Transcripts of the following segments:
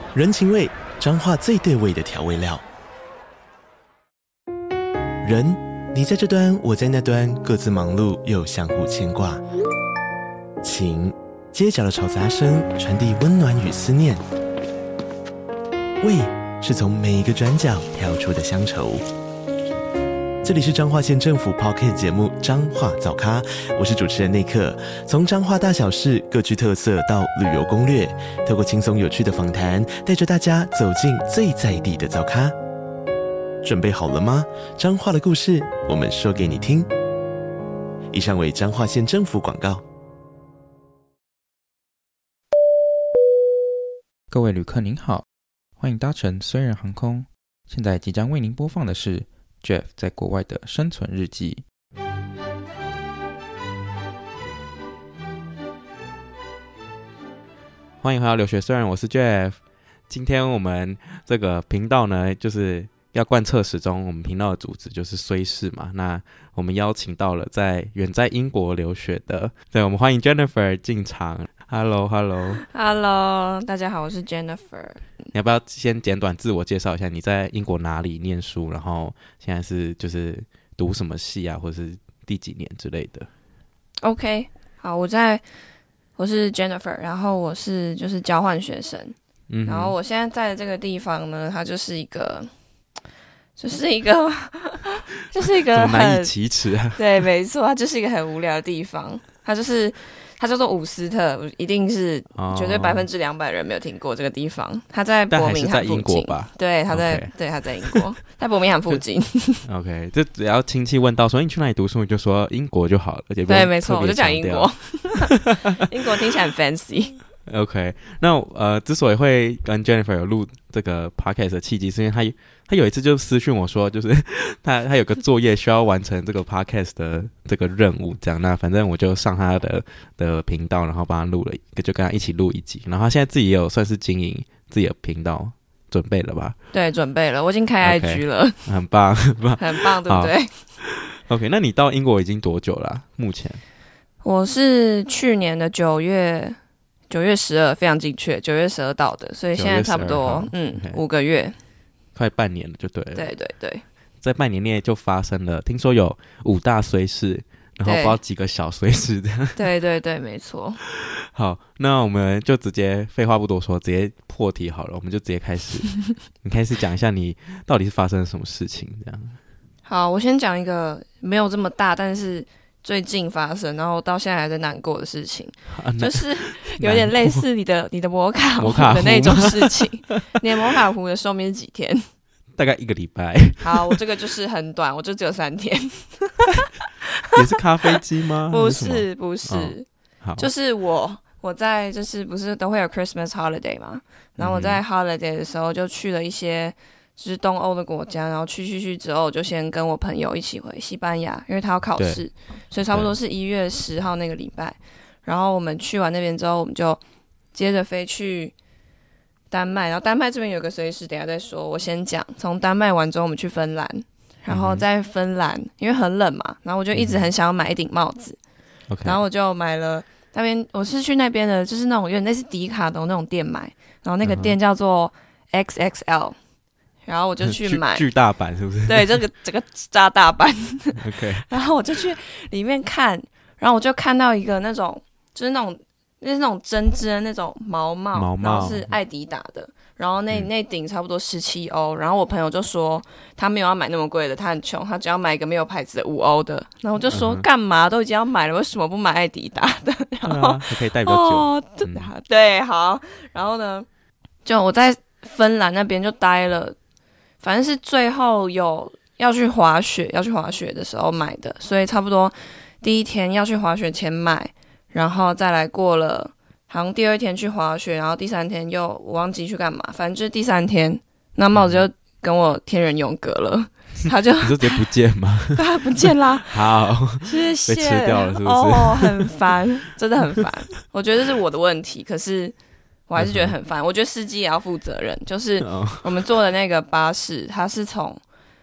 人情味，彰化最对味的调味料。人，你在这端，我在那端，各自忙碌又相互牵挂。情，街角的吵杂声传递温暖与思念。味，是从每一个转角跳出的乡愁。这里是彰化县政府 Podcast 节目《彰化早咖》，我是主持人内克。从彰化大小事各具特色到旅游攻略，透过轻松有趣的访谈，带着大家走进最在地的早咖。准备好了吗？彰化的故事，我们说给你听。以上为彰化县政府广告。 各位旅客您好，欢迎搭乘虽然航空。现在即将为您播放的是 Jeff 在国外的生存日记。欢迎回到留学虽然，我是 Jeff。 今天我们这个频道呢，就是要贯彻始终，我们频道的主旨就是虽事嘛。那我们邀请到了远在英国留学的，对，我们欢迎 Jennifer 进场。Hello， 大家好，我是 Jennifer。 你要不要先简短自我介绍一下？你在英国哪里念书？然后现在是就是读什么系啊，或者是第几年之类的 ？OK， 好，我是 Jennifer， 然后我是就是交换学生，然后我现在在的这个地方呢，它就是一个很难以启齿啊。 对，没错，它就是一个很无聊的地方，它叫做伍斯特，一定是绝对200%人没有听过这个地方。它在伯明翰附近，但还是在英国吧？对，它在英国，在伯明翰附近。 OK， 就只要亲戚问到说你去哪里读书，你就说英国就好了，而且对，没错，我就讲英国。英国听起来很 fancy。 OK， 那之所以会跟 Jennifer 有录这个 podcast 的契机，是因为他有一次就私讯我说，就是他有个作业需要完成这个 podcast 的这个任务，这样。那反正我就上他的频道，然后帮他录了，就跟他一起录一集。然后他现在自己也有算是经营自己的频道，准备了吧？ 对，准备了，我已经开 IG 了。 很棒，很棒，对不对 ？OK， 那你到英国已经多久了？目前我是去年的9月12，非常精确，9月12到的，所以现在差不多5个月， 快半年了，就对了。 对， 在半年内就发生了，听说有5大虽事，然后不知道几个小虽事这样。 对，没错。 好，那我们就直接废话不多说，直接破题好了，我们就直接开始。你开始讲一下你到底是发生了什么事情这样。 好，我先讲一个没有这么大，但是最近发生，然后到现在还在难过的事情，就是有点类似你的摩卡壶的那种事情。你的摩卡壶的寿命是几天？ 大概1个礼拜。 好，我这个就是很短，我就只有3天。 也是咖啡机吗？ 不是， 哦， 就是我在就是不是都会有 Christmas holiday 嘛？然后我在 holiday 的时候就去了一些就是东欧的国家，然后去之后，我就先跟我朋友一起回西班牙，因为他要考试，所以差不多是1月10号那个礼拜。然后我们去完那边之后，我们就接着飞去丹麦，然后丹麦这边有个随时，等一下再说。我先讲，从丹麦完之后，我们去芬兰，然后在芬兰，因为很冷嘛，然后我就一直很想要买一顶帽子，然后我就买了。那边我是去那边的，就是那种有点类似迪卡侬那种店买，然后那个店叫做 XXL。然后我就去买巨大版，是不是？ 对，这个炸大版。 OK。 然后我就去里面看，然后我就看到一个那种，就是那种针织的那种毛帽，然后是艾迪达的，然后那顶差不多17欧。然后我朋友就说他没有要买那么贵的，他很穷，他只要买一个没有牌子的5欧的。然后我就说干嘛都已经要买了，为什么不买艾迪达的？然后还可以戴比较久。 对，好。然后呢，就我在芬兰那边就待了。反正是最后要去滑雪的时候买的，所以差不多第1天要去滑雪前买，然后再来过了，好像第2天去滑雪，然后第3天我忘记去干嘛，反正就是第3天，那帽子就跟我天人永隔了，他就你就直接不见吗？ 对啊，不见啦。 好， 谢谢。 被吃掉了是不是？ 哦，很烦，真的很烦。我觉得这是我的问题，可是我还是觉得很烦。我觉得司机也要负责任，就是我们坐的那个巴士，它是从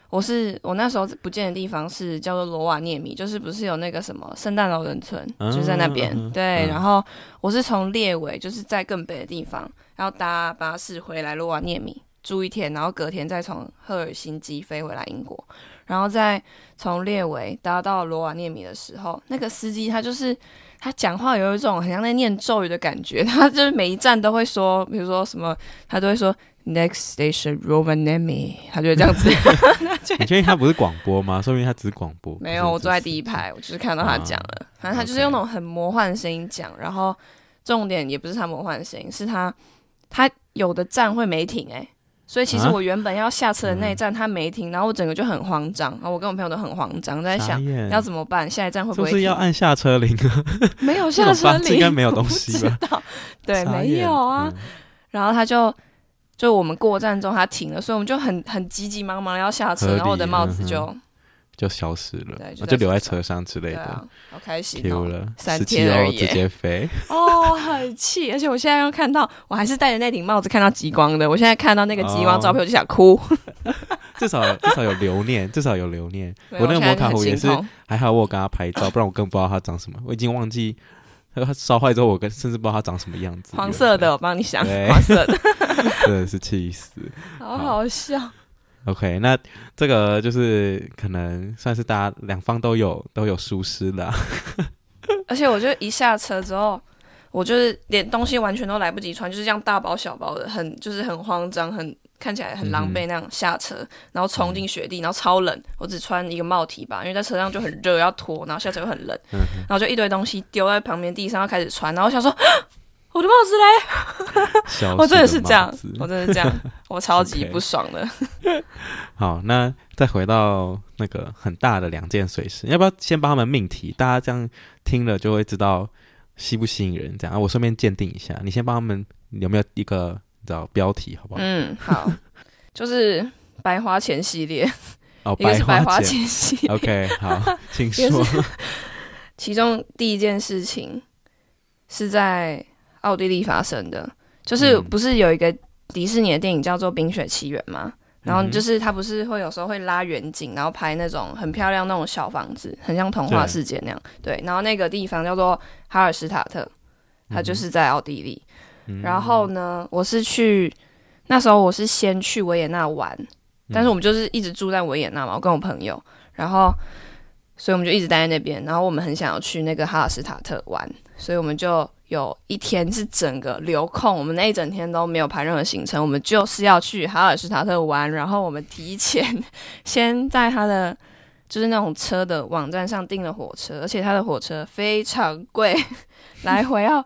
我那时候不见的地方是叫做罗瓦涅米，就是不是有那个什么圣诞老人村，就在那边。对，然后我是从列维，就是在更北的地方，然后搭巴士回来罗瓦涅米住一天，然后隔天再从赫尔辛基飞回来英国，然后再从列维搭到罗瓦涅米的时候，那个司机他讲话有一种很像在念咒语的感觉，他就是每一站都会说，比如说什么，他都会说 Next station Rovaniemi， 他就会这样子。 你确定他不是广播吗？说明他只是广播。 没有，我坐在第一排，我就是看到他讲了。反正他就是用那种很魔幻的声音讲，然后重点也不是他魔幻的声音，是他有的站会没停所以其实我原本要下车的那一站他没停，然后我整个就很慌张，然后我跟我朋友都很慌张，在想要怎么办，下一站会不会停？ 是不是要按下车铃啊？ 没有下车铃， 应该没有东西吧？ 不知道，对，没有啊。然后他就我们过站之后他停了，所以我们就很急急忙忙要下车，然后我的帽子就消失了， 对， 就留在车上之类的。 好开心了 ，3天而已， 直接飞。 很气！而且我现在又看到，我还是戴着那顶帽子看到极光的。我现在看到那个极光照片，我就想哭。 至少有留念，我那个摩卡壶也是，还好我有跟他拍照，不然我更不知道他长什么。我已经忘记他烧坏之后，我甚至不知道他长什么样子。 黄色的，我帮你想，黄色的， 真的是气死， 好好笑。 OK， 那这个就是可能算是大家两方都有疏失啦。 而且我就一下车之后，我就是连东西完全都来不及穿，就是这样大包小包的，就是很慌张，看起来很狼狈那样下车，然后冲进雪地，然后超冷，我只穿一个帽 T 吧，因为在车上就很热要脱，然后下车又很冷，然后就一堆东西丢在旁边地上要开始穿，然后我想说我的帽子嘞我真的是这样，我超级不爽的。 好，那再回到那个很大的2件水事，要不要先帮他们命题？大家这样听了就会知道吸不吸引人，这样我顺便鉴定一下。你先帮他们有没有一个你知道标题，好不好？ 好，就是白花钱系列。一个是白花钱系列。 OK， 好，请说。 其中第一件事情是在奥地利发生的，就是不是有一个迪士尼的电影叫做《冰雪奇缘》吗？然后就是他不是会有时候会拉远景，然后拍那种很漂亮那种小房子，很像童话世界那样。对，然后那个地方叫做哈尔施塔特，它就是在奥地利。然后呢，那时候我是先去维也纳玩，但是我们就是一直住在维也纳嘛，我跟我朋友，然后所以我们就一直待在那边。然后我们很想要去那个哈尔施塔特玩，所以我们就有一天是整个留空，我们那一整天都没有排任何行程，我们就是要去哈尔施塔特玩。然后我们提前先在他的就是那种车的网站上订了火车，而且他的火车非常贵，来回要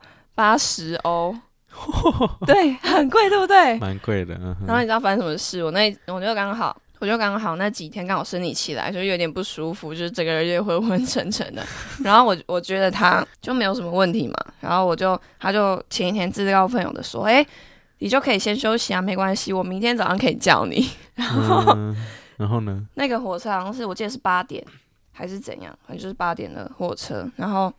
80欧。对，很贵，对不对？ 蛮贵的。 然后你知道发生什么事？我就刚好那几天刚好生理期来，就有点不舒服，就是整个人有点昏昏沉沉的。然后我觉得他就没有什么问题嘛，然后他就前一天自告奋勇的说：“你就可以先休息啊，没关系，我明天早上可以叫你。” 然后呢？那个火车好像是我记得是8点还是怎样，反正就是8点的火车。然后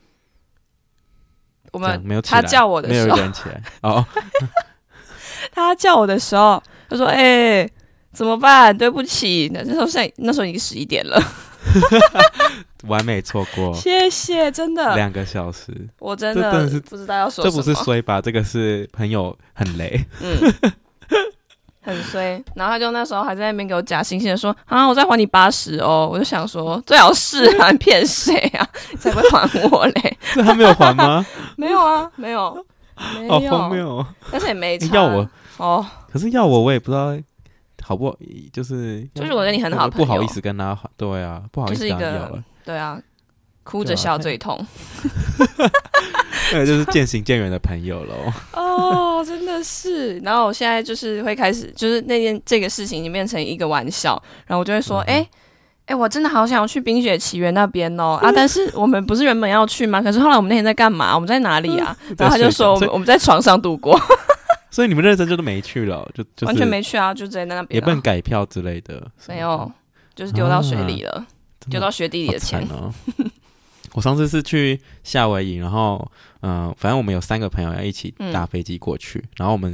他叫我的时候， 没有人起来哦。 他叫我的时候就说：“怎么办？对不起。”那时候已经11点了， 完美错过。 谢谢，真的 2个小时， 我真的是不知道要说什么。 这不是衰吧？这个是朋友很雷， 很衰。然后他就那时候还在那边给我假惺惺的说：“我再还你80欧。”我就想说，最好是啊，你骗谁啊？你才不会还我嘞？ 所以他没有还吗？ 没有啊，没有， 好荒谬哦！ 但是也没差。 要我可是要我也不知道。好不好？就是我跟你很好朋友， 不好意思跟他，对啊，不好意思跟他要了， 对啊，哭着笑最痛， 对，就是渐行渐远的朋友咯。 真的是。然后我现在就是会开始，就是这个事情已经变成一个玩笑，然后我就会说，我真的好想要去冰雪奇缘那边哦但是我们不是原本要去吗？可是后来我们那天在干嘛？我们在哪里啊？然后他就说我们在床上度过。 所以你们认真就都没去了，就完全没去啊，就直接在那边， 也不能改票之类的， 没有，就是丢到水里了，丢到雪地里的钱。 我上次是去夏威夷，然后反正我们有3个朋友要一起搭飞机过去，然后我们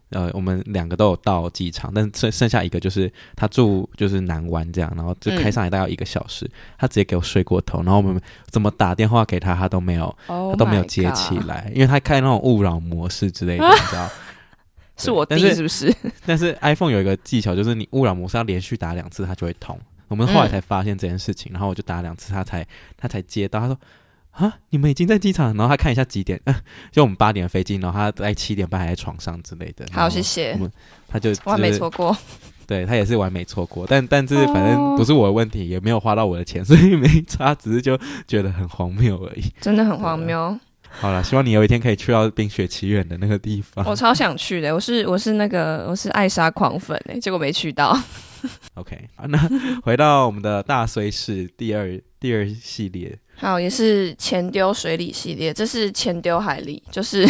我们2个都有到机场，但剩下一个就是他住就是南湾这样，然后就开上来大概1个小时，他直接给我睡过头，然后我们怎么打电话给他，他都没有接起来，因为他开那种勿扰模式之类的，你知道。 是我弟是不是？ 但是 iPhone 有一个技巧，就是你勿扰模式要连续打2次，它就会通。我们后来才发现这件事情，然后我就打2次，他才接到。他说：“啊，你们已经在机场。”然后他看一下几点，就我们8点的飞机，然后他在7点半还在床上之类的。 好，谢谢。 他就完美错过。 对，他也是完美错过，但是反正不是我的问题，也没有花到我的钱，所以没差，只是就觉得很荒谬而已。 真的很荒谬。 好啦，希望你有一天可以去到冰雪奇缘的那个地方。 我超想去的，我是艾莎狂粉欸，结果没去到。 OK， 好，那回到我们的大虽市第二系列。 好，也是钱丢水里系列，这是钱丢海里，就是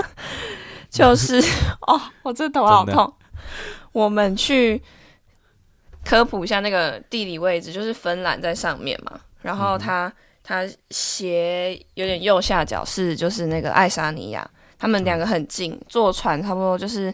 哦，我这头好痛。我们去科普一下那个地理位置，就是芬兰在上面嘛，然后它斜有点右下角就是那个爱沙尼亚，他们2个很近，坐船差不多就是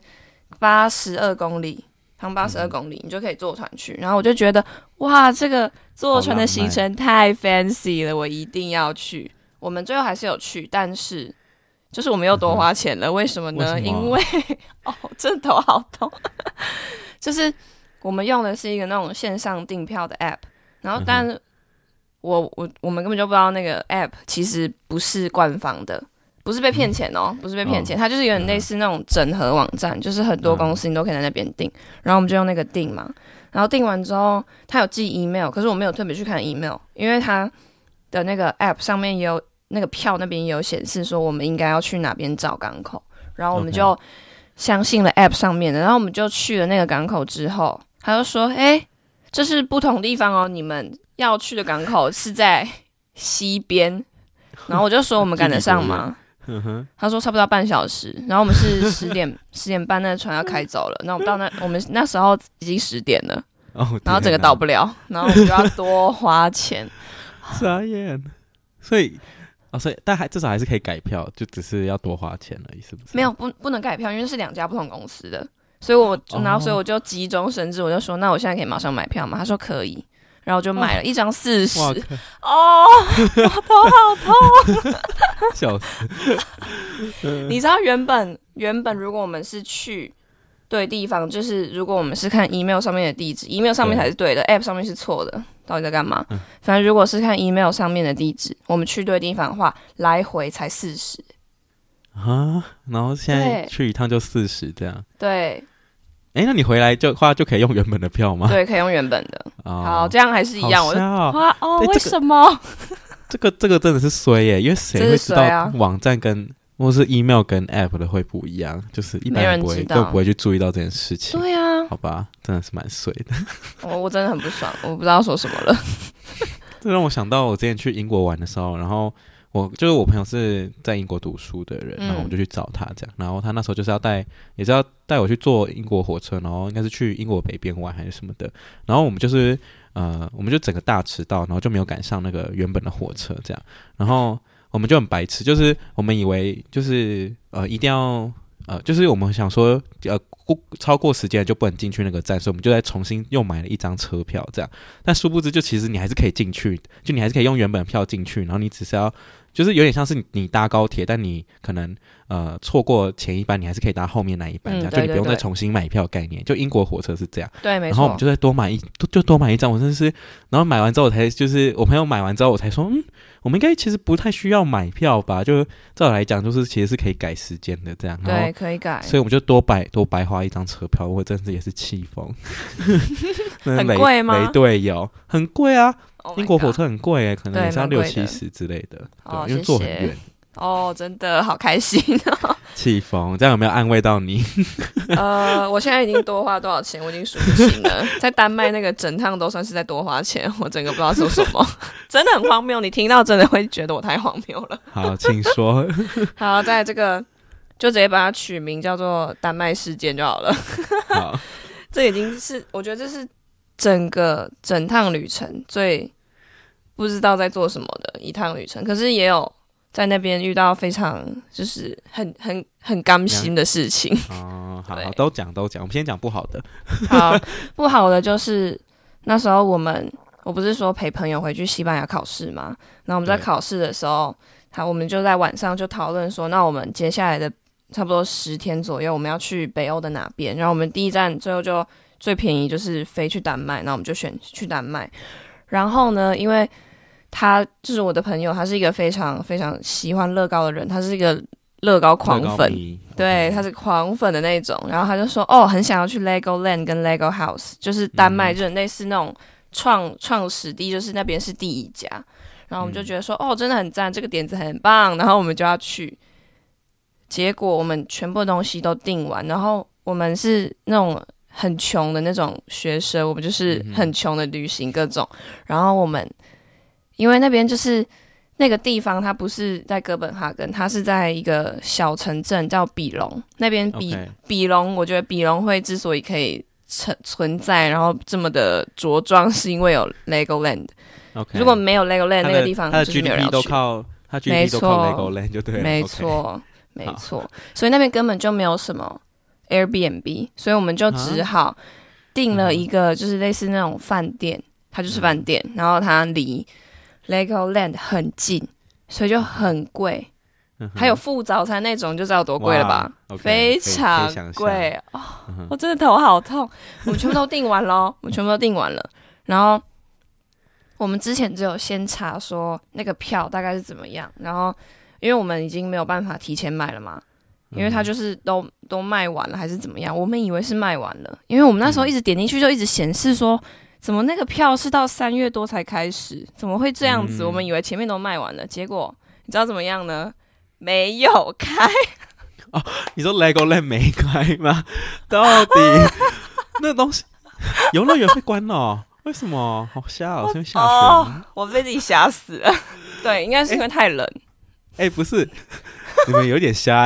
82公里，长82公里，你就可以坐船去。然后我就觉得哇，这个坐船的行程太 fancy 了，我一定要去。我们最后还是有去，但是就是我们又多花钱了，为什么呢？因为真的头好痛，就是我们用的是一个那种线上订票的 app， 然后但是我们根本就不知道那个 app 其实不是官方的，不是被骗钱哦，不是被骗钱，它就是有点类似那种整合网站，就是很多公司你都可以在那边订，然后我们就用那个订嘛，然后订完之后它有寄 email， 可是我没有特别去看 email， 因为它的那个 app 上面也有那个票那边也有显示说我们应该要去哪边找港口，然后我们就相信了 app 上面的，然后我们就去了那个港口之后，他就说这是不同地方哦，你们要去的港口是在西边，然后我就说我们赶得上吗？他说差不多要半小时，然后我们是10点半那个船要开走了，然后我们那时候已经10点了，然后整个到不了，然后我们就要多花钱， 傻眼。所以但至少还是可以改票，就只是要多花钱而已，是不是？ 没有不能改票，因为是2家不同公司的，所以我就急中生智，我就说那我现在可以马上买票吗？他说可以。然后我就买了一张40，我头好痛， 笑死！ 你知道原本如果我们是去对地方，就是如果我们是看 email 上面的地址 ，email 上面才是对的 ，app 上面是错的，到底在干嘛？反正如果是看 email 上面的地址，我们去对地方的话，来回才40 啊，然后现在去一趟就40这样， 对。 那你回来就可以用原本的票吗？ 对，可以用原本的。好，这样还是一样。我就为什么？ 这个真的是衰耶，因为谁会知道网站跟或是 email 跟 app 的会不一样？就是一般人不会去注意到这件事情。 对啊， 好吧，真的是蛮衰的。 我真的很不爽，我不知道说什么了。 这让我想到我之前去英国玩的时候，然后我朋友是在英国读书的人，然后我们就去找他这样，然后他那时候就是要带我去坐英国火车，然后应该是去英国北边玩还是什么的，然后我们就整个大迟到，然后就没有赶上那个原本的火车这样，然后我们就很白痴，就是我们以为就是一定要就是我们想说超过时间就不能进去那个站，所以我们就再重新又买了一张车票这样，但殊不知就其实你还是可以进去，就你还是可以用原本的票进去，然后你只是要就是有点像是你搭高铁，但你可能错过前一班，你还是可以搭后面那一班，这样就你不用再重新买票概念。就英国火车是这样， 对，没错。 然后我们就再多买一张，我真的是，然后买完之后我朋友买完之后我才说，我们应该其实不太需要买票吧？就照来讲，就是其实是可以改时间的这样。 对，可以改。 所以我们就多白花一张车票，我真的也是气疯。 很贵吗？ 雷队友很贵啊。英国火车很贵耶，可能也是要60-70之类的，对，因为坐很远。 真的好开心哦！ 气疯，这样有没有安慰到你？ 我现在已经多花多少钱，我已经数不清了。在丹麦那个整趟都算是在多花钱，我整个不知道说什么，真的很荒谬。你听到真的会觉得我太荒谬了。 好，请说。 好，在这个就直接把它取名叫做丹麦事件就好了。 好， 这已经是我觉得这是整趟旅程最不知道在做什么的一趟旅程，可是也有在那边遇到非常就是很甘心的事情。 哦，好，都讲，我们先讲不好的。 好，不好的就是那时候我不是说陪朋友回去西班牙考试吗？然后我们在考试的时候，我们就在晚上就讨论说，那我们接下来的差不多10天左右，我们要去北欧的哪边？然后我们第一站最后就最便宜就是飞去丹麦，然后我们就选去丹麦。然后呢，因为他就是我的朋友，他是一个非常非常喜欢乐高的人，他是一个乐高狂粉，对，他是狂粉的那种。然后他就说，很想要去 Legoland 跟 Lego House， 就是丹麦，就很类似那种创始地，就是那边是第一家。然后我们就觉得说，真的很赞，这个点子很棒，然后我们就要去。结果我们全部东西都订完，然后我们是那种很穷的那种学生，我们就是很穷的旅行各种。然后我们因为那边就是那个地方，它不是在哥本哈根，它是在一个小城镇叫比隆。那边比隆，我觉得比隆会之所以可以存在，然后这么的茁壮，是因为有 Legoland。如果没有 Legoland 那个地方，就是没有人要去。 它 GDP 都靠 Legoland 就对了。 没错，没错。所以那边根本就没有什么 Airbnb， 所以我们就只好订了一个就是类似那种饭店，它就是饭店，然后它离 Legoland 很近，所以就很贵。还有附早餐那种，就知道有多贵了吧？非常贵我真的头好痛。我们全部都订完了，然后我们之前只有先查说那个票大概是怎么样，然后因为我们已经没有办法提前买了嘛，因为它就是都卖完了还是怎么样，我们以为是卖完了，因为我们那时候一直点进去就一直显示说怎么那个票是到3月多才开始，怎么会这样子？我们以为前面都卖完了，结果你知道怎么样呢？没有开。 你说 Legoland 没开吗？到底那东西游乐园会关哦？为什么？好瞎哦！是因为下雪吗？ 我被自己吓死了。对，应该是因为太冷。 不是，你们有点瞎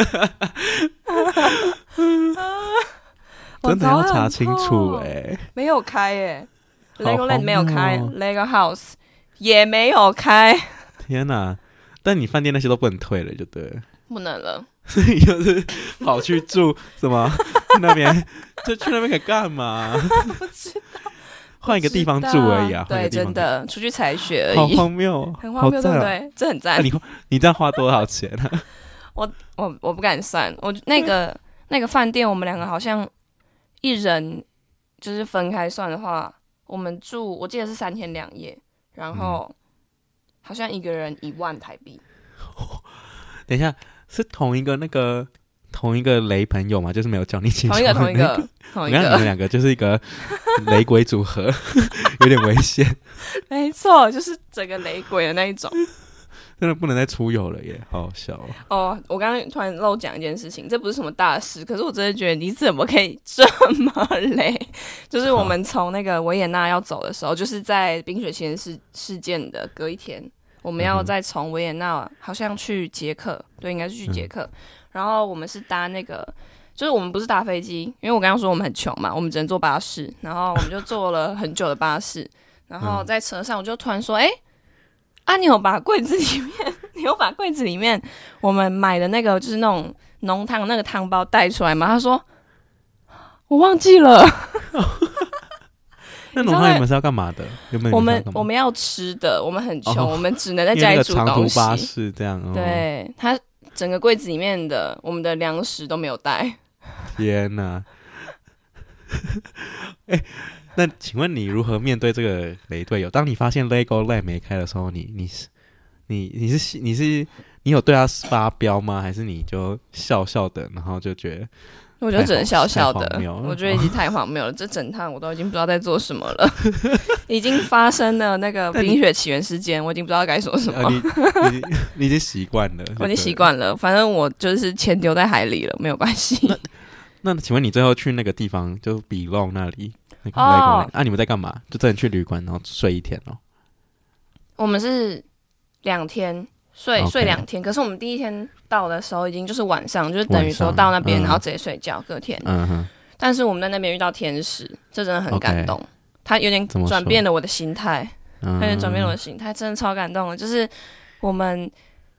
真的要查清楚没有开Legoland 没有开，Lego House 也没有开。 天哪！但你饭店那些都不能退了，就对了。 不能了。 所以就是跑去住什么那边，就去那边可以干嘛？ 不知道。 换一个地方住而已啊！ 对，真的出去采雪而已。 好荒谬， 很荒谬，对不对？这很赞。 你这样花多少钱啊？ 我不敢算。我那个饭店，我们2个好像一人就是分开算的话，我们住我记得是3天2夜，然后好像一个人1万台币。 等一下，是同一个雷朋友吗？就是没有叫你起床的同一个。 我看你们2个就是一个雷鬼组合，有点危险。 没错，就是整个雷鬼的那一种。 真的不能再出游了耶，好好笑我刚刚突然漏讲一件事情，这不是什么大事，可是我真的觉得你怎么可以这么累？就是我们从那个维也纳要走的时候，就是在冰雪奇缘事件的隔一天，我们要再从维也纳好像去捷克，对，应该是去捷克。然后我们是搭那个，就是我们不是搭飞机，因为我刚刚说我们很穷嘛，我们只能坐巴士，然后我们就坐了很久的巴士，然后在车上我就突然说，你有把柜子里面我们买的那个就是那种浓汤那个汤包带出来吗？他说我忘记了。 那浓汤你们是要干嘛的？ 我们要吃的，我们很穷，我们只能在家里煮东西。 长途巴士这样对，他整个柜子里面的我们的粮食都没有带。 天哪！那请问你如何面对这个雷队友？当你发现 Legoland 没开的时候，你有对他发飙吗？还是你就笑笑的，然后就觉得？ 我就只能笑笑的，我觉得已经太荒谬了。这整趟我都已经不知道在做什么了，已经发生了那个冰雪奇缘事件，我已经不知道该说什么。 你已经习惯了， 我已经习惯了，反正我就是钱丢在海里了，没有关系。 那请问你最后去那个地方，就比隆那里，你们在干嘛？就真的去旅馆，然后睡1天哦？ 我们是2天。睡2天，可是我们第一天到的时候已经就是晚上，就是等于说到那边然后直接睡觉，隔天。但是我们在那边遇到天使，这真的很感动。他有点转变了我的心态，真的超感动的。就是我们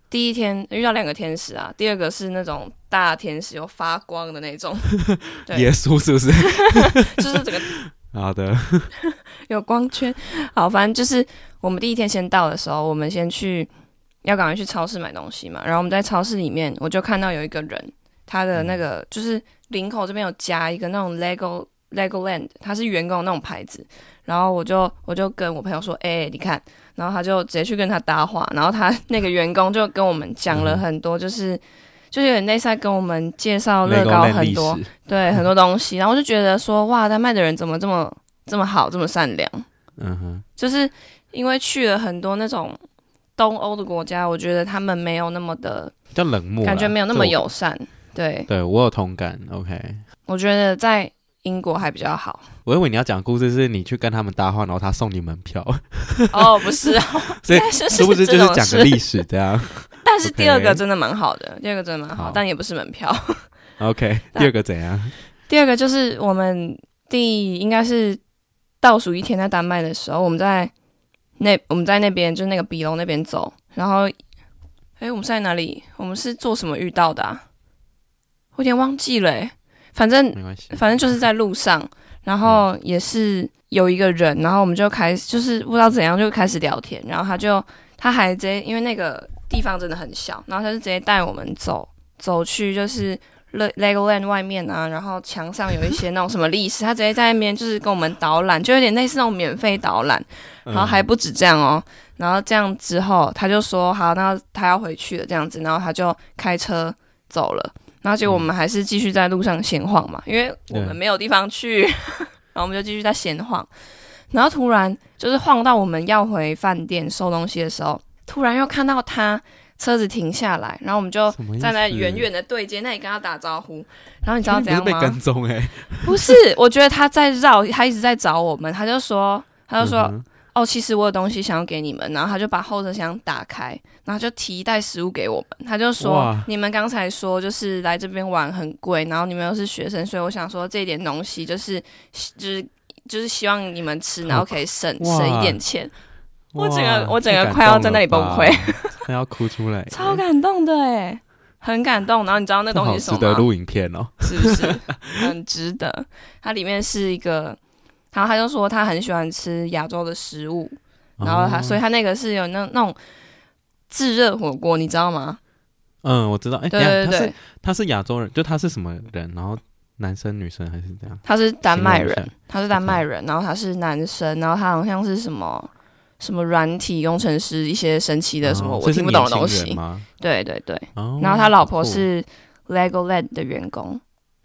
第一天遇到2个天使啊，第二个是那种大天使，有发光的那种，对， 耶稣是不是？ 就是这个好的， 有光圈。好，反正就是我们第一天先到的时候，我们先要赶快去超市买东西嘛。然后我们在超市里面，我就看到有一个人，他的那个就是领口这边有加一个那种 Legoland， 他是员工的那种牌子。然后我就跟我朋友说，你看，然后他就直接去跟他搭话，然后他那个员工就跟我们讲了很多，就是有点类似在跟我们介绍乐高很多，对，很多东西。然后我就觉得说，哇，丹麦的人怎么这么好，这么善良？就是因为去了很多那种东欧的国家，我觉得他们没有那么的比较冷漠， 感觉没有那么友善。对， 我有同感。OK， 我觉得在英国还比较好。 我以为你要讲故事是你去跟他们搭话，然后他送你门票。 哦，不是所以是不是就是讲个历史这样？ 但是第二个真的蛮好的，第二个真的蛮好，但也不是门票。 OK， 第二个怎样？ 第二个就是我们应该是倒数1天在丹麦的时候，我们在那边就是那个比隆那边走，然后我们是在哪里？我们是做什么遇到的啊？我有点忘记了反正就是在路上，然后也是有一个人，然后我们就开始就是不知道怎样就开始聊天，然后他还直接因为那个地方真的很小，然后他就直接带我们走去就是 Legoland 外面啊，然后墙上有一些那种什么历史，他直接在那边就是跟我们导览，就有点类似那种免费导览，然后还不止这样哦，然后这样之后他就说好，那他要回去了这样子，然后他就开车走了。然后结果我们还是继续在路上闲晃嘛，因为我们没有地方去，然后我们就继续在闲晃。然后突然就是晃到我们要回饭店收东西的时候，突然又看到他车子停下来，然后我们就站在远远的对街那里跟他打招呼。然后你知道怎样吗？ 不是被跟踪不是，我觉得他在绕，他一直在找我们。他就说。其实我有东西想要给你们，然后他就把后车厢打开，然后就提一袋食物给我们。他就说，你们刚才说就是来这边玩很贵，然后你们又是学生，所以我想说这一点东西就是希望你们吃，然后可以省一点钱。我整个快要在那里崩溃， 快要哭出来， 超感动的很感动。然后你知道那东西是什么吗？ 值得录影片哦， 是不是很值得？它里面是一个。然后他就说他很喜欢吃亚洲的食物，然后所以他那个是有那种炙热火锅，你知道吗？ 我知道。 对， 他是亚洲人，就他是什么人？然后男生女生还是这样？ 他是丹麦人，然后他是男生，然后他好像是什么软体工程师，一些神奇的什么我听不懂的东西。对，然后他老婆是 Legoland 的员工。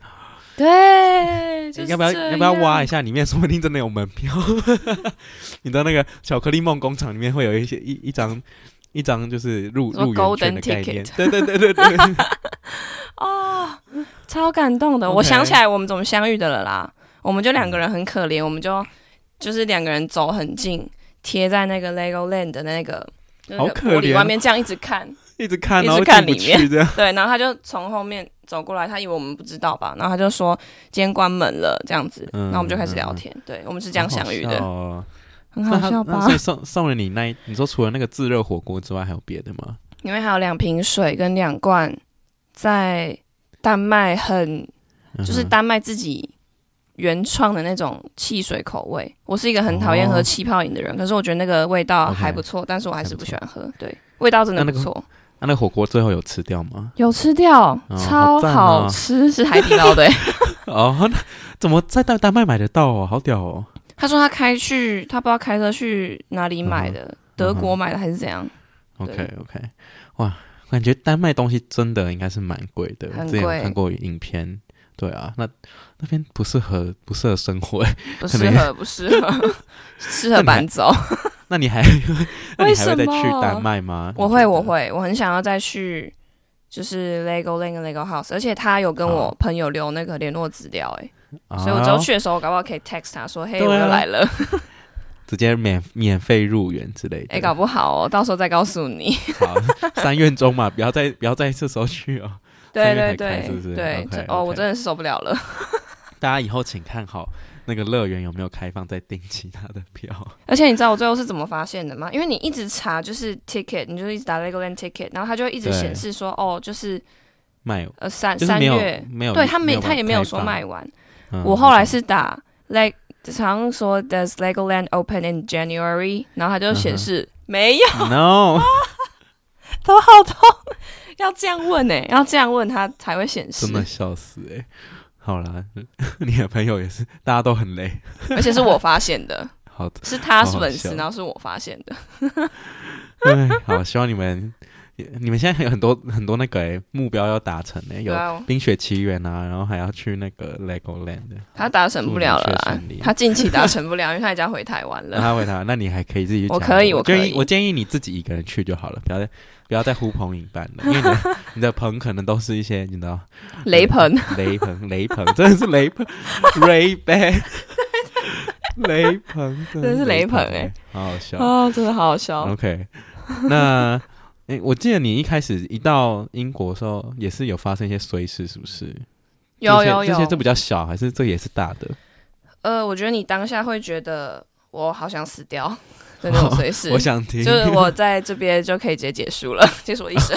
对， 要不要挖一下？里面说不定真的有门票。你知道那个巧克力梦工厂里面会有一张就是入园券的概念。对。 超感动的。我想起来我们怎么相遇的了啦。我们就2个人很可怜，我们就是2个人走很近，贴在那个 Legoland 的那个玻璃外面，这样一直看，然后看里面。对，然后他就从后面走过来，他以为我们不知道吧，然后他就说今天关门了这样子，然后我们就开始聊天。对，我们是这样相遇的，很好笑吧？ 所以送了你你说除了那个炙热火锅之外，还有别的吗？ 因为还有2瓶水跟2罐在丹麦就是丹麦自己原创的那种汽水口味。我是一个很讨厌喝气泡饮的人，可是我觉得那个味道还不错，但是我还是不喜欢喝。对，味道真的不错。 那个火锅最后有吃掉吗？ 有吃掉，超好吃，是海底捞的。 那怎么在丹麦买得到哦？好屌哦！ 他说他不知道开车去哪里买的，德国买的还是怎样 ？OK， 哇，感觉丹麦东西真的应该是蛮贵的， 很贵。 之前有看过影片。对啊，那边不适合生活， 不适合，适合搬走。 那你还会再去丹麦吗？ 我会，我很想要再去，就是 Legoland 跟 Lego House， 而且他有跟我朋友留那个联络资料，所以我之后去的时候，搞不好可以 text 他说，嘿，我又来了， 直接免费入园之类的。 搞不好到时候再告诉你。 好，3月中嘛，不要再这时候去哦。 对， 是不是？ 对，我真的是受不了了。 大家以后请看好那个乐园有没有开放，再订其他的票。 而且你知道我最后是怎么发现的吗？因为你一直查就是 ticket， 你就一直打 Legoland ticket， 然后它就会一直显示说哦，就是卖 3 就是月没有对他也没有说卖完。我后来是打 常说 Does Legoland open in January， 然后它就显示、没有。 No， 头好痛，要这样问要这样问它才会显示。 真的笑死好啦，你的朋友也是，大家都很累， 而且是我发现的。 好， 是他是粉丝， 好好笑然后是我发现的。 好，希望你们现在有很多那个目标要达成有冰雪奇缘啊，然后还要去那个 Legoland。 他达成不了了啦，他近期达成不了，因为他已经回台湾了。 他回台湾，那你还可以自己去。 我可以。 我建议你自己一个人去就好了，不要再呼朋引伴了，因为你的朋可能都是一些你知道雷朋， 真的是雷朋，Ray Ban。雷朋， 真的是雷朋好好笑真的好好笑。 OK， 那我记得你一到英国的时候，也是有发生一些衰事，是不是？ 有这比较小，还是这也是大的？ 我觉得你当下会觉得我好想死掉的那种衰事。 我想听， 就是我在这边就可以直接结束了，结束我一生。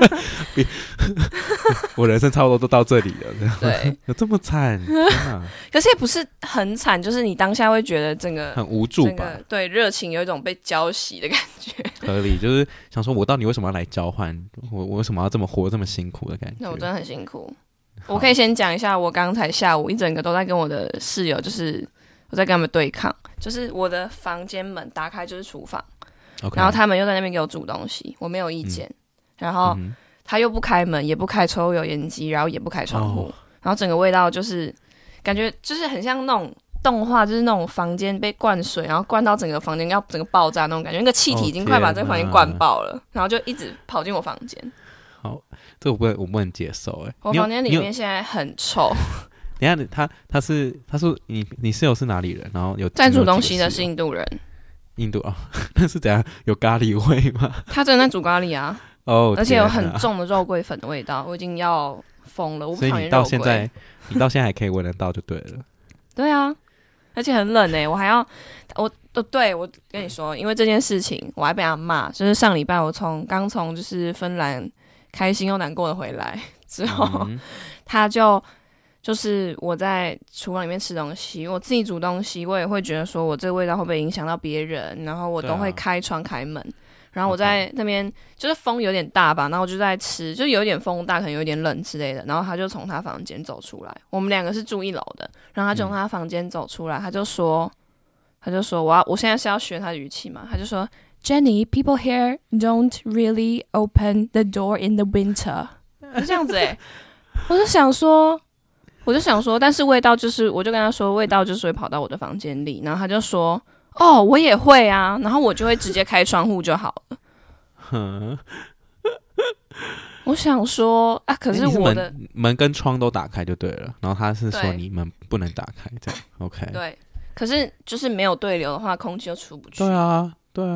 我人生差不多都到这里了。 对， 有这么惨？ 可是也不是很惨，就是你当下会觉得整个很无助吧？ 对，热情有一种被浇熄的感觉。 合理，就是想说，我到底为什么要来交换？我为什么要这么活这么辛苦的感觉？ 那我真的很辛苦。我可以先讲一下，我刚才下午一整个都在跟我的室友，就是我在跟他们对抗，就是我的房间门打开就是厨房， okay， 然后他们又在那边给我煮东西，我没有意见，然后他又不开门，也不开抽油烟机，然后也不开窗户，然后整个味道就是感觉就是很像那种动画，就是那种房间被灌水，然后灌到整个房间要整个爆炸那种感觉，那个气体已经快把这个房间灌爆了，然后就一直跑进我房间。 好，这我不能接受我房间里面现在很臭。 等一下，他是你室友是哪里人？然后在煮东西的是印度人。 印度那是怎样？有咖喱味吗？ 他真的在煮咖喱啊！而且有很重的肉桂粉的味道，我已经要疯了。我不讨厌肉桂。所以你到现在还可以闻得到就对了。 对啊，而且很冷我还要对，我跟你说，因为这件事情我还被他骂。就是上礼拜我刚从就是芬兰开心又难过的回来之后，他就是我在厨房里面吃东西，我自己煮东西，我也会觉得说我这个味道会不会影响到别人，然后我都会开窗开门，然后我在那边就是风有点大吧，然后我就在吃，就有点风大，可能有点冷之类的，然后他就从他房间走出来，我们两个是住1楼的，然后他就从他房间走出来，他就说我现在是要学他的语气嘛，他就说 Jenny, people here don't really open the door in the winter， 就这样子我就想说，但是味道就是，我就跟他说，味道就是会跑到我的房间里，然后他就说，哦，我也会啊，然后我就会直接开窗户就好了。我想说啊，可是我的门跟窗都打开就对了，然后他是说你们不能打开，这样 OK？ 对，可是就是没有对流的话，空气就出不去。 对啊，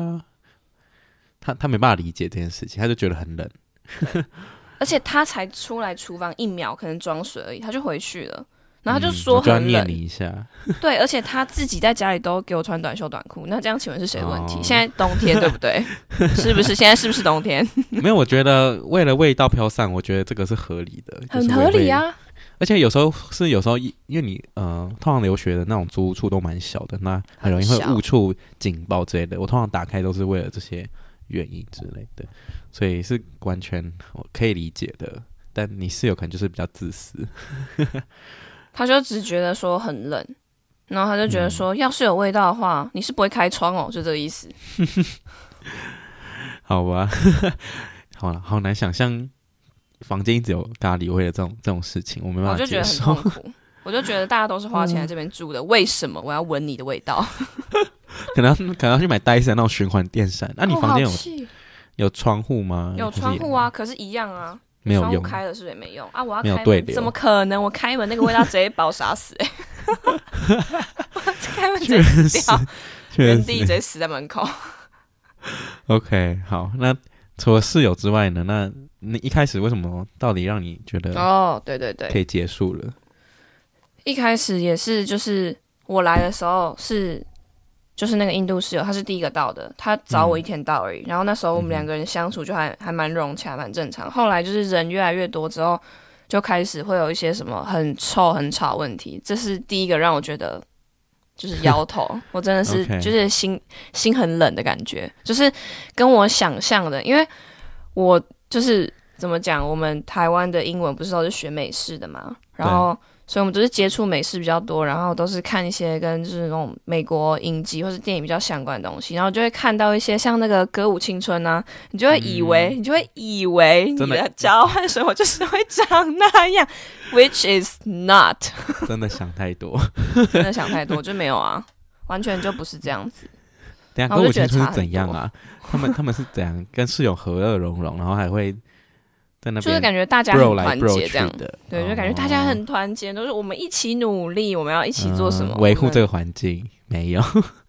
他没办法理解这件事情，他就觉得很冷。 而且他才出来厨房1秒，可能装水而已，他就回去了。然后他就说很冷， 就要念你一下。 对，而且他自己在家里都给我穿短袖短裤，那这样请问是谁的问题？现在冬天对不对？是不是？现在是不是冬天？ 没有，我觉得为了味道飘散，我觉得这个是合理的， 很合理啊。 而且有时候因为你通常留学的那种租屋处都蛮小的，那很容易会误触警报之类的。我通常打开都是为了这些原因之类的，所以是完全我可以理解的。但你室友可能就是比较自私， 他就只觉得说很冷，然后他就觉得说，要是有味道的话，你是不会开窗哦，就这个意思。 好吧，好了，好难想象房间一直有咖喱味的这种事情，我没办法接受。 我就觉得很痛苦，我就觉得大家都是花钱来这边住的，为什么我要闻你的味道？ 可能要去买戴森那种循环电扇。那你房间有窗户吗？ 有窗户啊，可是一样啊。 没有用， 窗户开了是不是也没用啊？我要开门， 对流， 怎么可能？我开门那个味道直接把我杀死开门直接死掉，原地直接死在门口。 OK， 好，那除了室友之外呢？那你一开始为什么到底让你觉得对， 可以结束了？ 一开始也是，就是我来的时候就是那个印度室友，他是第一个到的，他早我1天到而已。然后那时候我们2个人相处就还蛮融洽，蛮正常。后来就是人越来越多之后，就开始会有一些什么很臭、很吵的问题。这是第一个让我觉得就是摇头，我真的是就是心很冷的感觉，就是跟我想象的，因为我就是怎么讲，我们台湾的英文不是都是学美式的嘛，然后所以我们都是接触美式比较多，然后都是看一些跟就是那种美国影集或是电影比较相关的东西，然后就会看到一些像那个歌舞青春啊，你就会以为你的交换生活就是会长那样，which is not 真的想太多， 真的想太多就没有啊，完全就不是这样子。 等一下歌舞青春是怎样啊？他们是怎样跟室友和乐融融，然后还会在那边就是感觉大家很团结这样的， 对，就感觉大家很团结，都是我们一起努力，我们要一起做什么， 维护这个环境。没有，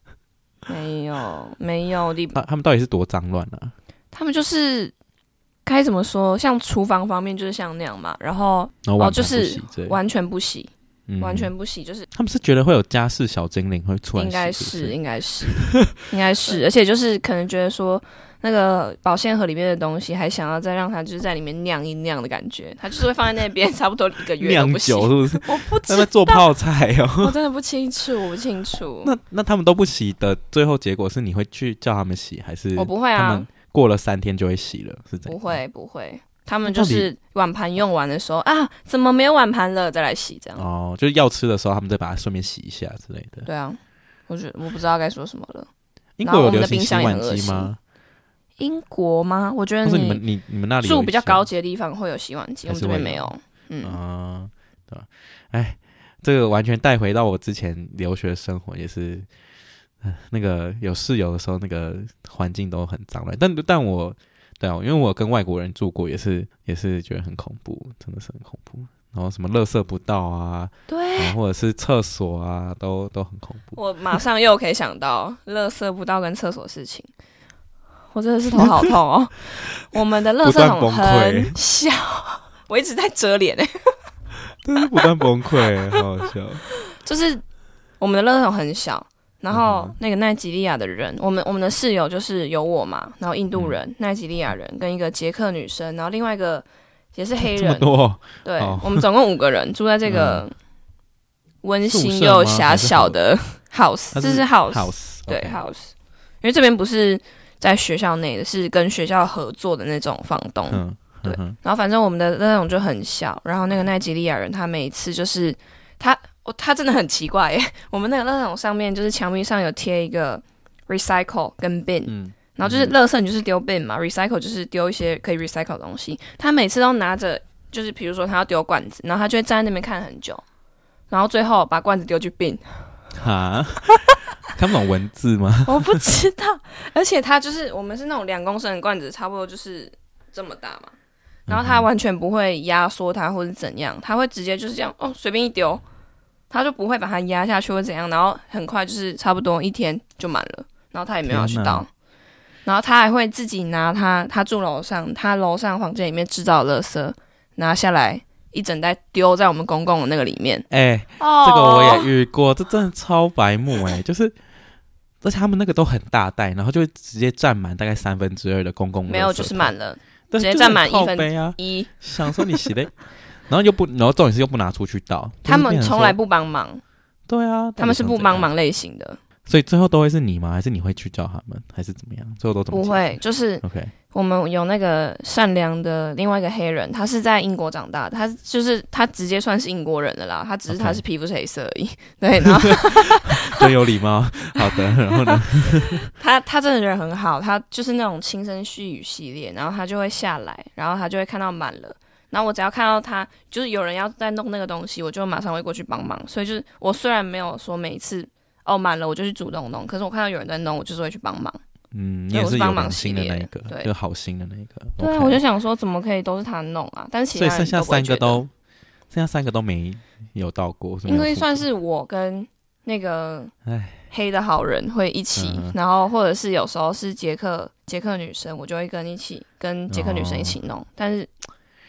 他们到底是多脏乱啊？ 他们就是该怎么说，像厨房方面就是像那样嘛，然后就是完全不洗。完全不洗，就是他们是觉得会有家事小精灵会出来洗， 应该是，而且就是可能觉得说那个保鲜盒里面的东西，还想要再让它就是在里面酿一酿的感觉，它就是会放在那边差不多1个月都不洗， 酿酒是不是？ 我不知道， 在那做泡菜哦， 我真的不清楚。 那他们都不洗的，最后结果是你会去叫他们洗，还是我不会啊？ 他们过了3天就会洗了，是这样？ 不会。他们就是碗盘用完的时候啊，怎么没有碗盘了？再来洗这样。 哦，就是要吃的时候，他们再把它顺便洗一下之类的。 对啊，我不知道该说什么了。 英国有流行洗碗机吗？ 英国吗？我觉得你们那里住比较高级的地方会有洗碗机，我们这边没有。 对吧？哎，这个完全带回到我之前留学生活，也是那个有室友的时候，那个环境都很脏乱。但我。对啊，因为我跟外国人住过，也是觉得很恐怖，真的是很恐怖。然后什么垃圾不到啊， 对， 或者是厕所啊，都很恐怖。 我马上又可以想到垃圾不到跟厕所的事情，我真的是头好痛哦。我们的垃圾桶很小，我一直在遮脸真是不断崩溃，好好笑。 就是我们的垃圾桶很小。然后那个奈及利亚的人，我们的室友就是有我嘛，然后印度人、奈及利亚人跟一个捷克女生，然后另外一个也是黑人， 这么多， 对，我们总共5个人住在这个温馨又狭小的 house， 这是 house， 对 house， 因为这边不是在学校内的，是跟学校合作的那种房东，对，然后反正我们的那种就很小，然后那个奈及利亚人他每次就是他真的很奇怪耶，我们那个垃圾桶上面就是墙壁上有贴一个 recycle 跟 bin，然后就是垃圾你就是丢 bin 嘛 ，recycle 就是丢一些可以 recycle 的东西。他每次都拿着，就是比如说他要丢罐子，然后他就会站在那边看很久，然后最后把罐子丢去 bin。 哈，看不懂文字吗？ 我不知道，而且他就是我们是那种2公升的罐子，差不多就是这么大嘛，然后他完全不会压缩它或者怎样，他会直接就是这样随便一丢。他就不会把它压下去或怎样，然后很快就是差不多1天就满了，然后他也没有要去倒，然后他还会自己拿他住楼上，他楼上房间里面制造的垃圾拿下来一整袋丢在我们公共的那个里面。 这个我也遇过，这真的超白目就是而且他们那个都很大袋，然后就会直接占满大概2/3的公共垃圾， 没有就是满了，直接占满1/1。 想说你洗的。然后重点是又不拿出去倒， 他们从来不帮忙。 对啊， 他们是不帮忙类型的， 所以最后都会是你吗？还是你会去叫他们，还是怎么样？最后都怎么不会？就是 OK。我们有那个善良的另外一个黑人，他是在英国长大的，他直接算是英国人的啦，他只是他是皮肤是黑色而已。对，然后真有礼貌。好的，然后呢？ 他真的人很好，他就是那种轻声细语系列，然后他就会下来，然后他就会看到满了。然后我只要看到他，就是有人要在弄那个东西，我就马上会过去帮忙。所以就是我虽然没有说每一次满了我就去主动弄，可是我看到有人在弄，我就是会去帮忙。 你也是有良心的那一个，对，就好心的那一个。 对，我就想说怎么可以都是他弄啊？但是其他人所以剩下3个都没有到过， 因为算是我跟那个黑的好人会一起，然后或者是有时候是捷克女生，我就会跟捷克女生一起弄，但是。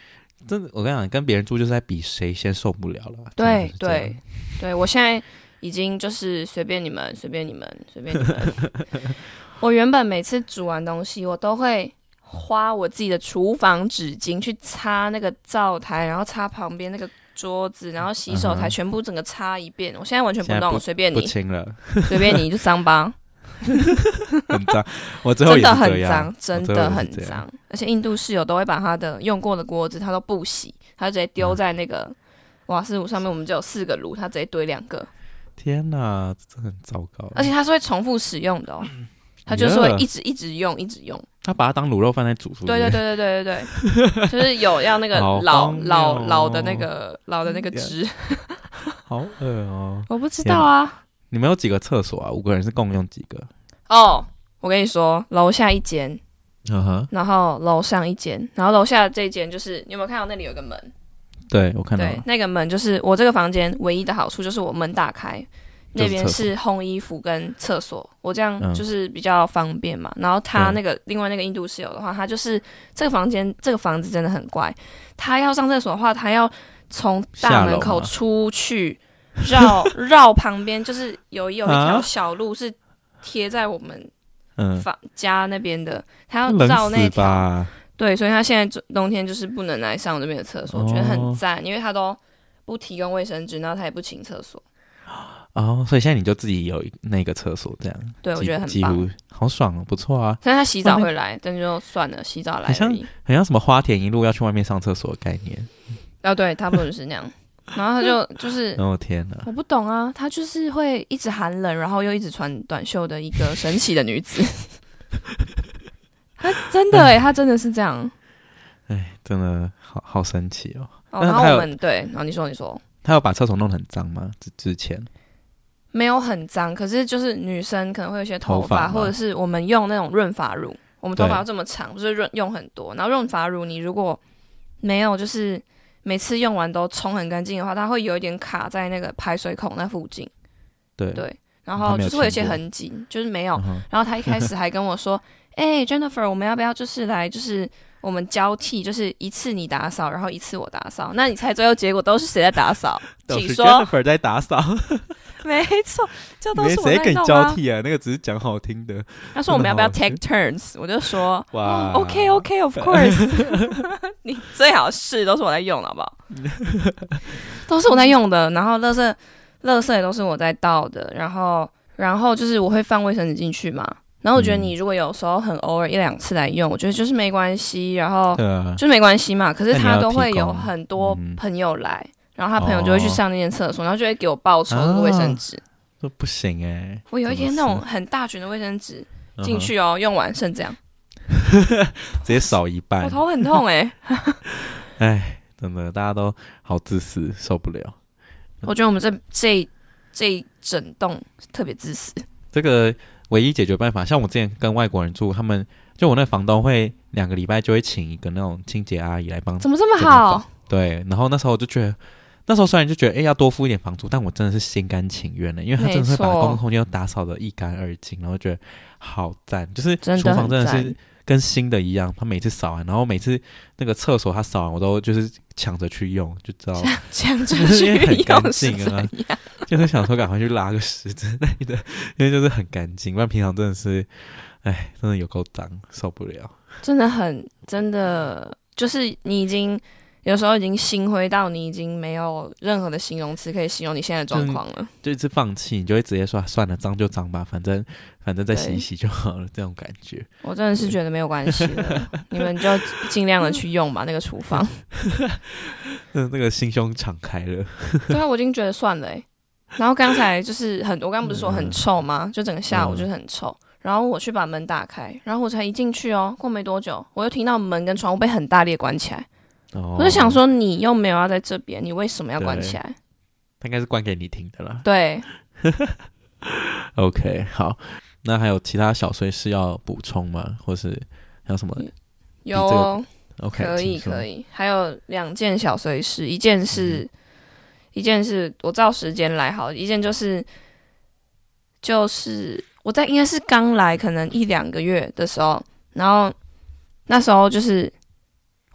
真的，我跟你讲，跟别人住就是在比谁先受不了了。 对对对，我现在已经就是随便你们。我原本每次煮完东西，我都会花我自己的厨房纸巾去擦那个灶台，然后擦旁边那个桌子，然后洗手台，全部整个擦一遍。我现在完全不动，随便你， 不清了， 随便你，就脏吧。 很脏，我最后也是这样， 真的很脏。而且印度室友都会把他的用过的锅子，他都不洗，他就直接丢在那个瓦斯炉上面。我们就有4个炉，他直接堆2个。 天哪，这很糟糕。 而且他是会重复使用的哦，他就是会一直用。 他把它当卤肉饭在煮， 对，就是有要那个老的那个汁。 好恶哦！ 我不知道啊。 你们有几个厕所啊？5个人是共用几个？ 哦，我跟你说，楼下1间，然后楼上1间，然后楼下这间就是你有没有看到那里有个门？ 对，我看到了。 对，那个门就是我这个房间唯一的好处，就是我门打开，那边是烘衣服跟厕所，我这样就是比较方便嘛。然后他那个另外那个印度室友的话，他就是这个房子真的很怪，他要上厕所的话，他要从大门口出去。绕旁边，就是有一条小路是贴在我们家那边的，他要绕那条。对，所以他现在冬天就是不能来上这边的厕所，我觉得很赞，因为他都不提供卫生纸，然后他也不请厕所。 哦，所以现在你就自己有那个厕所这样。 对，我觉得很棒， 几乎好爽哦，不错啊。 但是他洗澡会来，但就算了，洗澡来而已。 很像什么花田一路要去外面上厕所的概念。 对，差不多就是那样。然后他就是天哪， 我不懂啊，他就是会一直寒冷，然后又一直穿短袖的一个神奇的女子。他真的他真的是这样。 真的好神奇哦。 然后我们然后你说， 他有把厕所弄得很脏吗？之前没有很脏，可是就是女生可能会有一些头发，或者是我们用那种润发乳，我们头发要这么长，就是用很多，然后润发乳你如果没有就是每次用完都冲很干净的话，它会有一点卡在那个排水孔那附近。对，然后就是会有一些痕迹，就是没有。然后他一开始还跟我说：“Jennifer， 我们要不要就是来就是我们交替，就是一次你打扫，然后一次我打扫？那你猜最后结果都是谁在打扫？请说。 Jennifer 在打扫。 没错，就都是我在弄啊。 谁跟你交替啊？那个只是讲好听的。 他说我们要不要 take turns？ 我就说哇，OK，of course 。你最好是都是我在用的，好不好？都是我在用的，然后垃圾也都是我在倒的，然后就是我会放卫生纸进去嘛。然后我觉得你如果有时候很偶尔1-2次来用，我觉得就是没关系，然后就没关系嘛。可是他都会有很多朋友来。然后他朋友就会去上那间厕所，然后就会给我报酬那个卫生纸。 这不行我有一天那种很大卷的卫生纸进去用完剩这样， 直接少一半。 我头很痛真的大家都好自私，受不了。 我觉得我们这一整栋特别自私。 这个唯一解决办法，像我之前跟外国人住，他们就我那房东会2个礼拜就会请一个那种清洁阿姨来帮。 怎么这么好？ 对，然后那时候我就觉得。那时候虽然就觉得要多付一点房租，但我真的是心甘情愿的，因为他真的会把公共空间都打扫得一干二净，然后觉得好赞，就是厨房真的是跟新的一样。他每次扫完，然后每次那个厕所他扫完，我都就是抢着去用，就知道抢着去用很干净啊，就是想说赶快去拉个屎之类的，因为就是很干净，不然平常真的是，真的有够脏，受不了。真的就是你已经。有时候已经心灰到你已经没有任何的形容词可以形容你现在的状况了， 就一直放弃，你就会直接说算了，脏就脏吧，反正再洗一洗就好了，这种感觉。 我真的是觉得没有关系的，你们就尽量的去用吧，那个厨房。 那个心胸敞开了。 对啊，我已经觉得算了然后刚才就是我刚刚不是说很臭吗？就整个下午就是很臭。然后我去把门打开，然后我才一进去过没多久，我又听到门跟窗户被很大力关起来。我就想说，你又没有要在这边，你为什么要关起来？ 他应该是关给你听的啦。 对。 OK， 好，那还有其他小碎事要补充吗？或是还有什么？ 有 ，OK， 可以，还有2件小碎事，一件是我照时间来好，一件就是我在应该是刚来，可能1-2个月的时候，然后那时候就是。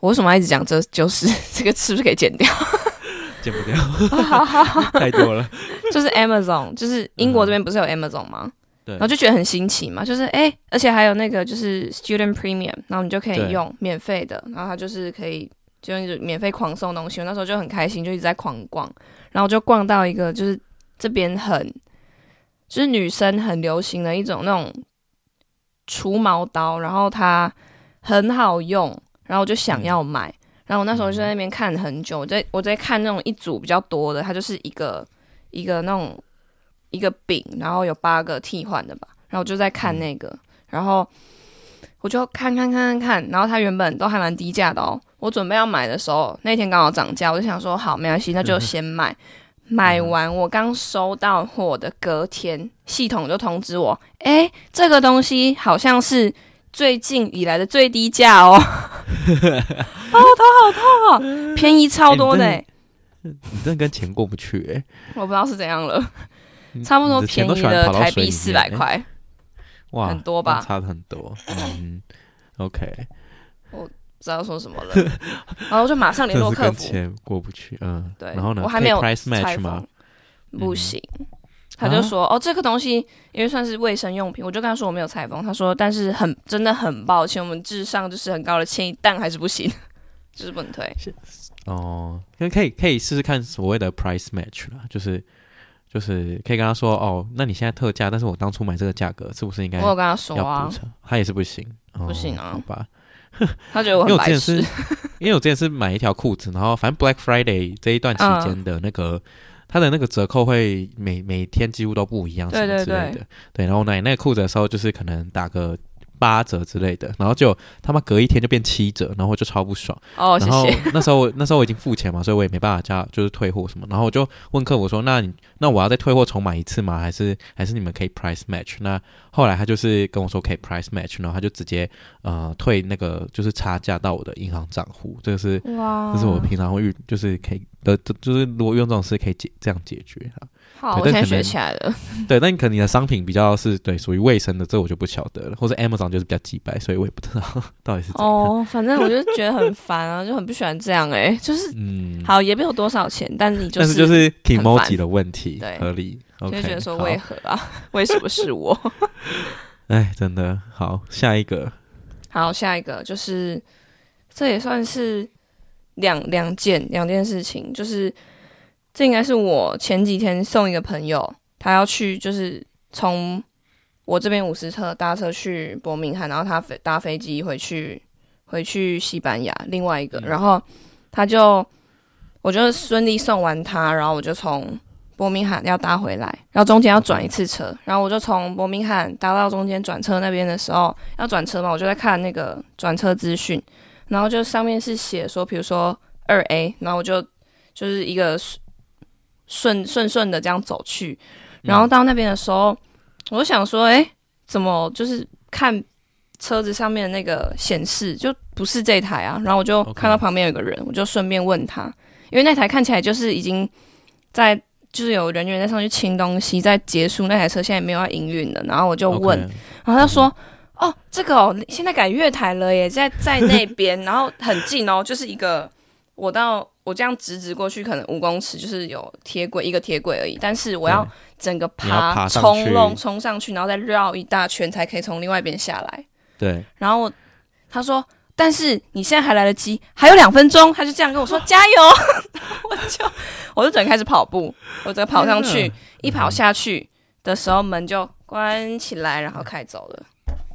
我为什么要一直讲这就是这个是不是可以剪掉？ 剪不掉，太多了。 就是 Amazon， 就是英国这边不是有 Amazon 吗？ 对， 然后就觉得很新奇嘛，就是而且还有那个就是 Student Premium， 然后你就可以用免费的，然后它就是可以就免费狂送东西。我那时候就很开心，就一直在狂逛，然后就逛到一个就是这边就是女生很流行的一种那种除毛刀，然后它很好用，然后我就想要买。然后我那时候就在那边看很久，我在看那种一组比较多的，它就是一个那种一个饼，然后有8个替换的吧，然后我就在看那个，然后我就看，然后它原本都还蛮低价的哦。我准备要买的时候，那天刚好涨价，我就想说好，没关系，那就先买。买完我刚收到货的隔天，系统就通知我，这个东西好像是最近以来的最低价哦。头好痛哦，便宜超多的你真的跟钱过不去我不知道是怎样了，差不多便宜的台币400块， 哇， 很多吧？ 差的很多。OK， 我不知道说什么了，然后我就马上联络客服。 跟钱过不去，对。 然后呢？我还没有 price match 吗？ 不行。他就说这个东西因为算是卫生用品，我就跟他说我没有裁缝，他说但是真的很抱歉，我们致上就是很高的歉意，但还是不行，就是不能退。 可以试试看所谓的 price match 啦，就是可以跟他说那你现在特价，但是我当初买这个价格是不是应该？ 我有跟他说啊， 他也是不行， 不行啊， 好吧。 他觉得我很白痴， 因为我之前是买一条裤子，然后反正 Black Friday 这一段期间的那个。它的那个折扣会每天几乎都不一样，什么之类的。对，然后买那个裤子的时候，就是可能打个8折之类的，然后就他妈隔一天就变7折，然后我就超不爽。 谢谢。 然后那时候我已经付钱嘛，所以我也没办法就是退货什么。然后我就问客服说，那我要再退货重买一次吗？还是你们可以 price match？ 那后来他就是跟我说可以 price match， 然后他就直接退那个就是差价到我的银行账户。这是我平常会就是可以的，就是如果用这种事可以这样解决啊。 好，我现在学起来了。 对，但可能你的商品比较是对属于卫生的，这我就不晓得了。或者 Amazon 就是比较鸡掰，所以我也不知道到底是怎样。 反正我就觉得很烦啊，就很不喜欢这样就是好也没有多少钱，但是但是就是 Kimoji 的问题， 对， 合理。 就觉得说为何啊？为什么是我？ 真的好，下一个就是这也算是两件事情，就是这应该是我前几天送一个朋友，他要去就是从我这边50特搭车去伯明翰，然后他搭飞机回去西班牙另外一个，然后我就顺利送完他，然后我就从伯明翰要搭回来，然后中间要转一次车，然后我就从伯明翰搭到中间转车那边的时候要转车嘛，我就在看那个转车资讯，然后就上面是写说比如说2A， 然后我就是一个顺的这样走去，然后到那边的时候我就想说怎么就是看车子上面的那个显示就不是这台啊，然后我就看到旁边有个人，我就顺便问他，因为那台看起来就是已经就是有人员在上去清东西，在结束那台车现在没有要营运了，然后我就问，然后他说这个现在改月台了耶，在那边，然后很近就是一个我这样直过去可能5公尺，就是有一个铁轨而已，但是我要整个爬冲上去，然后再绕一大圈才可以从另外一边下来。 对， 然后他说但是你现在还来得及，还有2分钟，他就这样跟我说加油。我就整个开始跑步，我整个跑上去，一跑下去的时候门就关起来，然后开走了。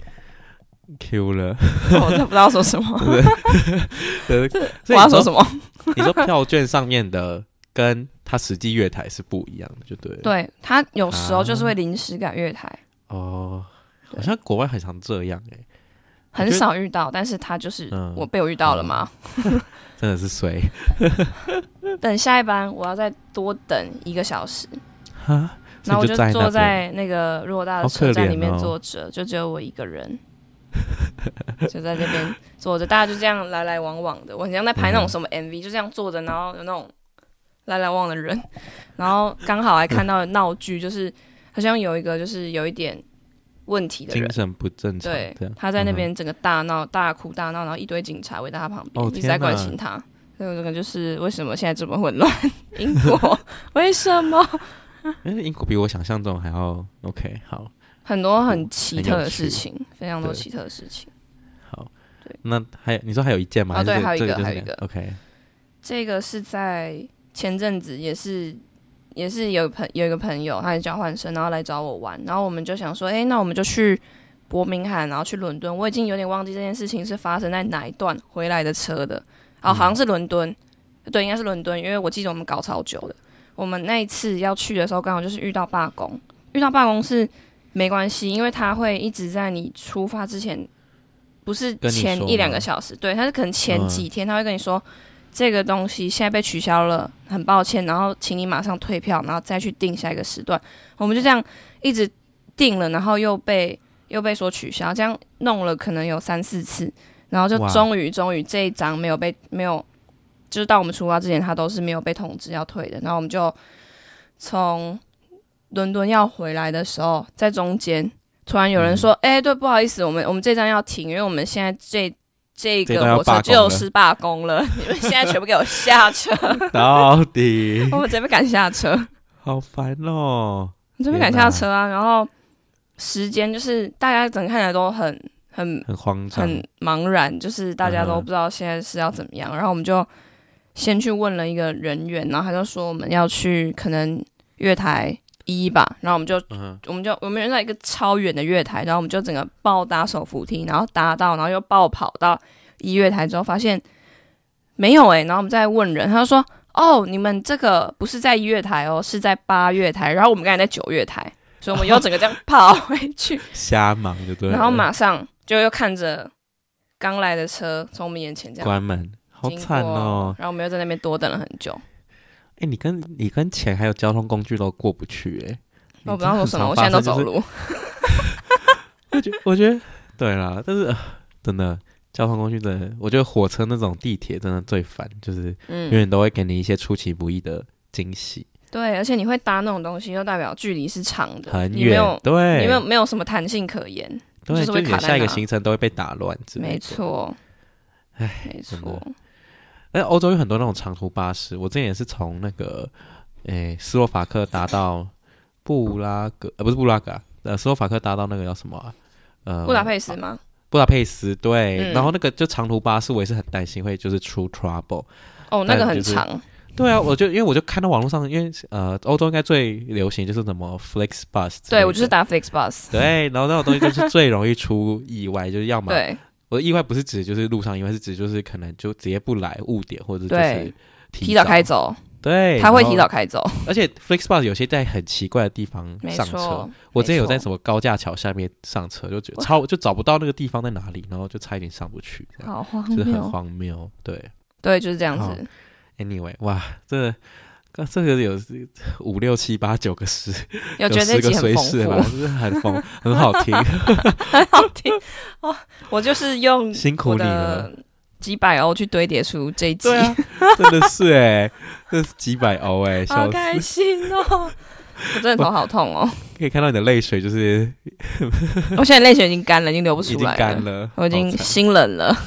Q 了， 我真不知道说什么。 对， 我要说什么？ 你说票券上面的跟它实际月台是不一样的，就对了。 对，它有时候就是会临时改月台。 好像国外很常这样很少遇到，但是它就是被我遇到了嘛。 真的是衰。 等下一班我要再多等1个小时，然后我就在坐在那个偌大的车站里面坐着，就只有我一个人，就在那边坐着，大家就这样来来往往的，我很像在拍那种什么 MV，就这样坐着，然后有那种来来往的人，然后刚好还看到闹剧，就是好像有一个就是有一点问题的人， 精神不正常， 对这样， 他在那边整个大闹、大哭大闹，然后一堆警察围在他旁边，一直在关心他。所以这个就是为什么现在这么混乱，英国为什么？ 英国比我想象中还要 OK 好， 很多很奇特的事情，非常多奇特的事情。 好， 对， 那你说还有一件吗？ 对，还有一个 OK， 这个是在前阵子也是有一个朋友，他是交换生，然后来找我玩，然后我们就想说，那我们就去伯明翰，然后去伦敦。我已经有点忘记这件事情是发生在哪一段回来的车的。好像是伦敦，对，应该是伦敦，因为我记得我们搞超久的。我们那一次要去的时候，刚好就是遇到罢工。遇到罢工是没关系，因为他会一直在你出发之前，不是前1-2个小时，对，他是可能前几天他会跟你说，这个东西现在被取消了，很抱歉，然后请你马上退票，然后再去订下一个时段。我们就这样一直订了，然后又被说取消，这样弄了可能有3-4次。然后就终于这一张没有，就是到我们出发之前，他都是没有被通知要退的。然后我们就从伦敦要回来的时候，在中间突然有人说：“对，不好意思，我们这张要停，因为我们现在这个火车就是罢工了，你们现在全部给我下车。” 到底我们直接被赶下车， 好烦哦！ 直接被赶下车啊！然后时间就是大家整个看起来都很慌张， 很茫然，就是大家都不知道现在是要怎么样。然后我们就先去问了一个人员，然后他就说我们要去可能月台1吧，然后我们人在一个超远的月台，然后我们就整个暴搭手扶梯，然后搭到，然后又暴跑到1月台之后，发现没有然后我们再问人，他就说你们这个不是在1月台哦，是在8月台，然后我们刚才在9月台，所以我们又整个这样跑回去， 瞎忙就对了， 然后马上就又看着刚来的车从我们眼前这样关门，好惨哦！ 然后我们又在那边多等了很久。 你跟钱还有交通工具都过不去我不知道说什么，我现在都走路。 我觉得对啦，但是真的交通工具真的，我觉得火车那种地铁真的最烦，就是永远都会给你一些出其不意的惊喜。 对，而且你会搭那种东西，就代表距离是长的， 很远，对， 你没有什么弹性可言。 对， 就是会卡在那， 下一个行程都会被打乱之类的。 没错，没错。 但欧洲有很多那种长途巴士，我之前也是从那个斯洛伐克搭到布拉格，不是布拉格斯洛伐克搭到那个叫什么布达佩斯吗？ 布达佩斯，对。然后那个就长途巴士，我也是很担心会就是出 trouble。 那个很长。 对啊，因为我就看到网络上，因为欧洲应该最流行就是什么 FlixBus， 对，我就是搭 FlixBus， 对，然后那种东西就是最容易出意外，就是要么对， 我的意外不是指就是路上意外，是指就是可能就直接不来误点，或者就是提早开走， 对， 他会提早开走， 而且 FlixBus 有些在很奇怪的地方上车，我之前有在什么高架桥下面上车，就觉得就找不到那个地方在哪里，然后就差一点上不去， 好荒谬， 就是很荒谬， 对，就是这样子。 Anyway， 哇，这个有5、6、7、8、9个诗， 有觉得这集很丰富吧，就是很好听， 很好听哦。我就是用辛苦你了， 几百欧去堆叠出这一集， 对啊，真的是这是几百欧好开心哦！我真的头好痛哦， 可以看到你的泪水，就是我现在泪水已经干了，已经流不出来了， 已经干了， 我已经心冷了。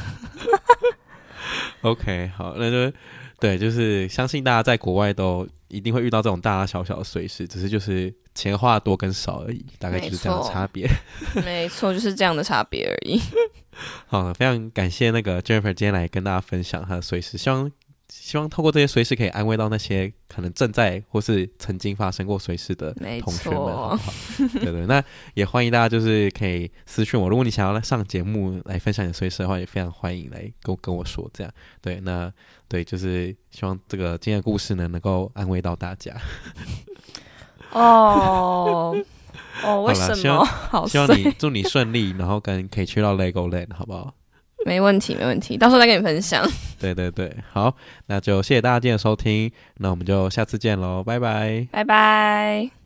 OK， 好，那就。对，就是相信大家在国外都一定会遇到这种大大小小的碎事，只是就是钱花多跟少而已，大概就是这样的差别。 没错，就是这样的差别而已。 好，非常感谢那个 Jennifer 今天来跟大家分享她的碎事，希望透过这些碎事可以安慰到那些可能正在或是曾经发生过碎事的同学们，好不好？对，那也欢迎大家就是可以私讯我，如果你想要来上节目来分享你的碎事的话，也非常欢迎来跟我说这样。对，那对，就是希望这个今天的故事呢能够安慰到大家。 为什么？ 希望祝你顺利，然后可以去到 Legoland， 好不好？ 没问题，到时候再跟你分享。 对，好，那就谢谢大家今天的收听，那我们就下次见喽，拜拜， 拜拜。